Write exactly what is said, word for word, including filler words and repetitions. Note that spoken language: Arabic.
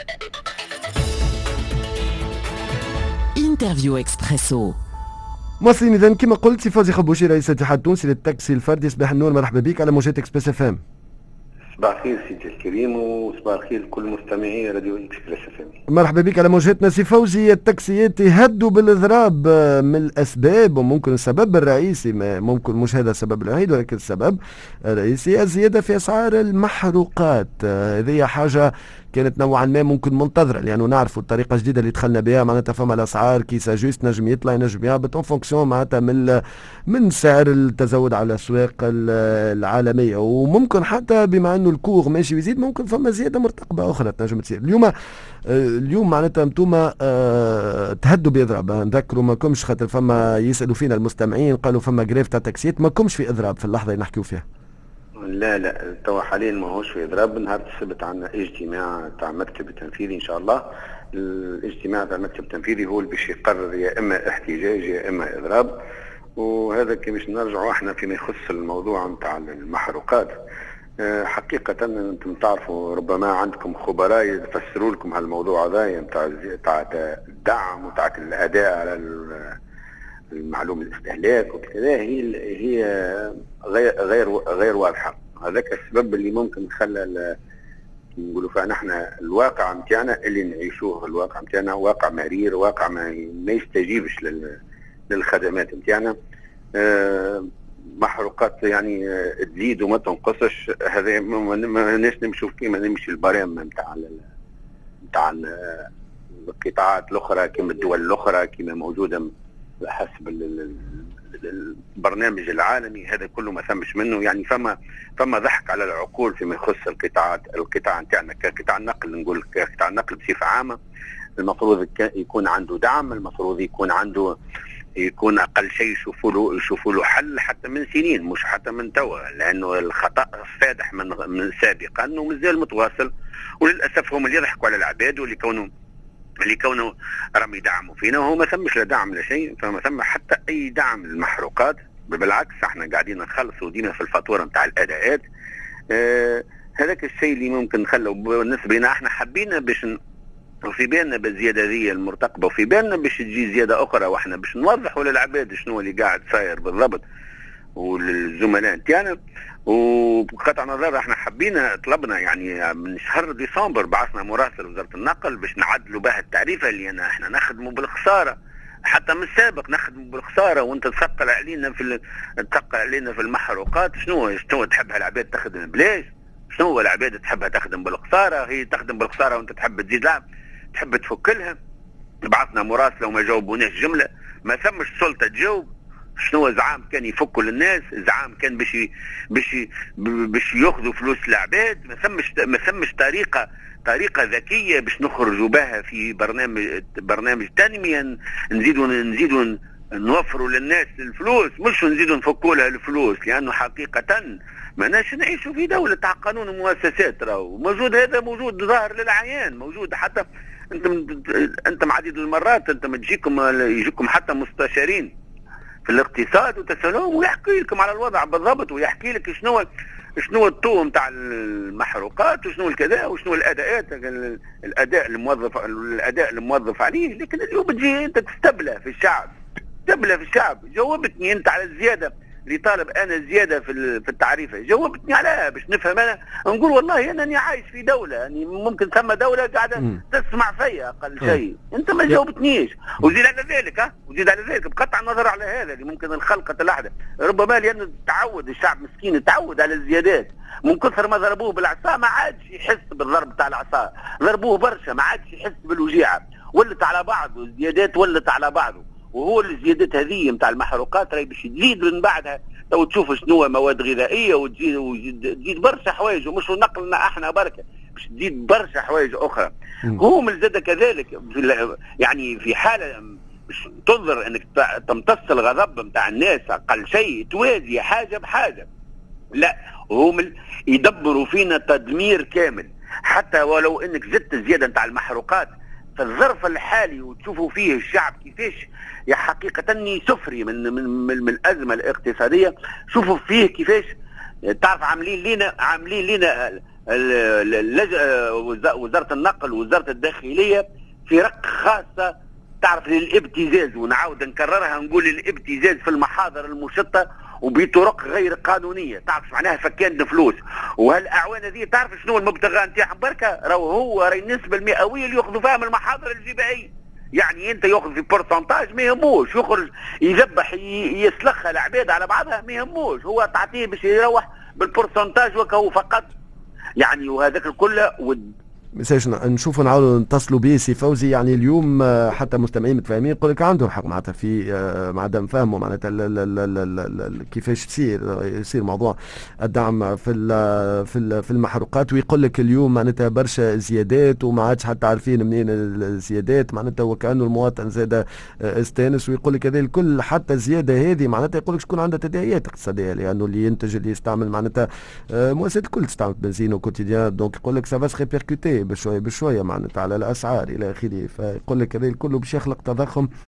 انترفيو اكسبريسو. مواصلين اذا كما قلت سي فوزي خبوشي رئيس الاتحاد التونسي للتاكسي الفردي. صباح النور، مرحبا بك على موجات اكسبريس اف ام. صباح الخير سيدي الكريم وصباح الخير لكل مستمعي راديو اكسبريس اف ام. مرحبا بك على موجاتنا سي فوزي. التاكسيات يهدوا بالاضراب من الاسباب، وممكن السبب الرئيسي، ممكن مش هذا السبب الوحيد ولكن السبب الرئيسي الزياده في اسعار المحروقات. هذه حاجه كانت نوعا ما ممكن منتظره، لانه نعرفوا الطريقه الجديده اللي دخلنا بها، معناتها فما الاسعار كي ساجوست نجم يطلع ينجم يهبط اون فونكسيون معناتها من من سعر التزود على الاسواق العالميه، وممكن حتى بما انه الكور ماشي ويزيد ممكن فما زياده مرتقبه اخرى تنجم تصير. اليوم اليوم معناتها انتم تهدوا باضراب، نذكروا ما كمش خاطر فما يسالوا فينا المستمعين قالوا فما جريف تاع تاكسيات، ما كمش في اضراب في اللحظه اللي نحكيو فيها. لا لا توا حاليا ماهوش في اضراب. نهار السبت عندنا اجتماع تاع المكتب التنفيذي ان شاء الله. الاجتماع تاع المكتب التنفيذي هو اللي باش يقرر يا اما احتجاج يا اما اضراب، وهذا كي باش نرجعوا احنا فيما يخص الموضوع نتاع المحروقات. حقيقة انتم تعرفوا ربما عندكم خبراء يفسروا لكم هالموضوع هذا نتاع تاع الدعم وتاع الاداء على المعلوم الاستهلاك وكذا، هي هي غير غير غير واضحه. هذاك السبب اللي ممكن خلى نقولوا فيها نحن الواقع نتاعنا اللي نعيشوه، الواقع نتاعنا واقع مرير، واقع ما, ما يستجيبش للخدمات نتاعنا. أه محروقات يعني تزيد وما تنقصش. هذا ما ناس نمشوا كيما نمشي البرامج نتاع نتاع القطاعات الاخرى كيما الدول الاخرى كيما موجوده حسب البرنامج العالمي. هذا كله ما ثمش منه، يعني فما فما ضحك على العقول فيما يخص القطاعات القطاع نتاعنا كقطاع النقل. نقول كقطاع النقل بصفه عامه المفروض يكون عنده دعم، المفروض يكون عنده يكون اقل شيء يشوفوا له يشوفوا له حل حتى من سنين مش حتى من توا، لانه الخطا فادح من من سابقا ومازال متواصل، وللاسف هم اللي يضحكوا على العباد واللي كونوا اللي كونه راهم يدعموا فينا وهو ما ثمش لا دعم لا شيء، فما ثم حتى اي دعم للمحروقات. بالعكس احنا قاعدين نخلصوا ديما في الفاتوره نتاع الاداءات. آه هذاك الشيء اللي ممكن نخلوا بالنسبه لنا احنا حبينا باش وفي بالنا بالزياده ذي المرتقبه وفي بالنا باش تجي زياده اخرى، واحنا باش نوضحوا للعباد شنو اللي قاعد صاير بالضبط وللزملاء نتاعنا. وبقطع نظر احنا حبينا طلبنا يعني من شهر ديسمبر بعثنا مراسل وزاره النقل باش نعدلوا بها التعريفه اللي أنا احنا نخدموا بالخساره، حتى من السابق نخدموا بالخساره وانت تثقل علينا في تثقل علينا في المحروقات. شنو شنو تحبها العباد تخدم بلاش؟ شنو هو العباد تحبها تخدم بالخساره؟ هي تخدم بالخساره وانت تحب تزيد لها تحب تفكلها. بعثنا مراسله وما جاوبوناش جمله، ما ثمش سلطه تجاوب. شنو زعام كان يفكوا للناس، زعام كان باش باش باش ياخذوا فلوس العباد، ما ثمش ما ثمش طريقه طريقه ذكيه باش نخرجوا بها في برنامج برنامج تنميه نزيدوا نزيدوا نوفروا للناس الفلوس، مش نزيدوا نفكوا لها الفلوس، لانه حقيقه ماناش نعيشوا في دوله تاع قانون ومؤسسات. راهو موجود، هذا موجود ظاهر للعيان، موجود. حتى انتم انتم عديد المرات انتم تجيكم يجيكم حتى مستشارين في الاقتصاد وتسالوهم ويحكي لكم على الوضع بالضبط، ويحكي لك شنو شنو الطو نتاع المحروقات وشنو الكذا وشنو الاداءات الاداء الموظف الاداء الموظف عليه. لكن اليوم تجي انت تستبلى في الشعب، تستبلى في الشعب. جاوبتني انت على الزياده اللي طالب انا زياده في في التعريفه، جاوبتني عليها باش نفهم انا، نقول والله انني عايش في دوله، يعني ممكن ثم دوله قاعده تسمع فيا اقل شيء. انت ما جاوبتنيش. وزيد على ذلك ها وزيد على ذلك بقطع النظر على هذا اللي ممكن الخلقه الاحدى ربما لانه تعود الشعب مسكين تعود على الزيادات، من كثر ما ضربوه بالعصا ما عادش يحس بالضرب تاع العصا، ضربوه برشا ما عادش يحس بالوجيعه، ولت على بعضه الزيادات ولت على بعضه. وهو الزيادات هذه نتاع المحروقات راهي باش تزيد من بعدها. تو تشوف شنو مواد غذائيه وتزيد وتزيد برشا حوايج، ومش نقلنا احنا بركه باش تزيد برشا حوايج اخرى. هو من زاد كذلك يعني في حاله باش تنظر انك تمتص الغضب نتاع الناس اقل شيء توازي حاجه بحاجه. لا هم يدبروا فينا تدمير كامل، حتى ولو انك زدت الزياده نتاع المحروقات في الظرف الحالي وتشوفوا فيه الشعب كيفاش يا حقيقة سفري من من من, من الأزمة الاقتصادية. شوفوا فيه كيفاش تعرف عاملين لنا عاملين لنا ال- اللج... وز- وزاره النقل ووزاره الداخليه فرق خاصه تعرف للابتزاز، ونعاود نكررها نقول الابتزاز في المحاضر المشتة وبطرق غير قانونيه، تعرف معناها فكان فلوس. وهالاعوان هذه تعرف شنو المبتغى نتاعهم بركه؟ راهو هو راهي النسبه المئويه اللي ياخذوا فيها من المحاضر الجبائيه. يعني انت ياخذ في بورسنتاج ما يهموش، يخرج يذبح ي- يسلخها العباد على بعضها ما يهموش، هو تعطيه باش يروح بالبورسنتاج وكهو فقط. يعني وهذاك الكل ود مساش نشوفوا نعاودوا نتصلوا به سي فوزي. يعني اليوم آه، حتى مستمعين متفاهمين يقول لك عندهم حق معناتها في آه، معناتها نفهموا معناتها ال- ال- ال- ال- ال- ال- كيفاش تصير يصير موضوع الدعم في ال- في ال- في المحروقات، ويقول لك اليوم معناتها برشا زيادات وما عادش حتى عارفين منين الزيادات معناتها، وكانه المواطن زاد آه، استانس. ويقول لك هذا الكل حتى الزياده هذه معناتها يقول لك شكون عندها تداعيات اقتصاديه، لانه اللي ينتج اللي يستعمل معناتها آه، مؤسسات الكل تستعمل بنزين وكوتيديان، دونك يقول لك سافا ريبيركوتي بشويه بشويه معناتها على الاسعار الى اخره. فيقول لك هذا الكل باش يخلق تضخم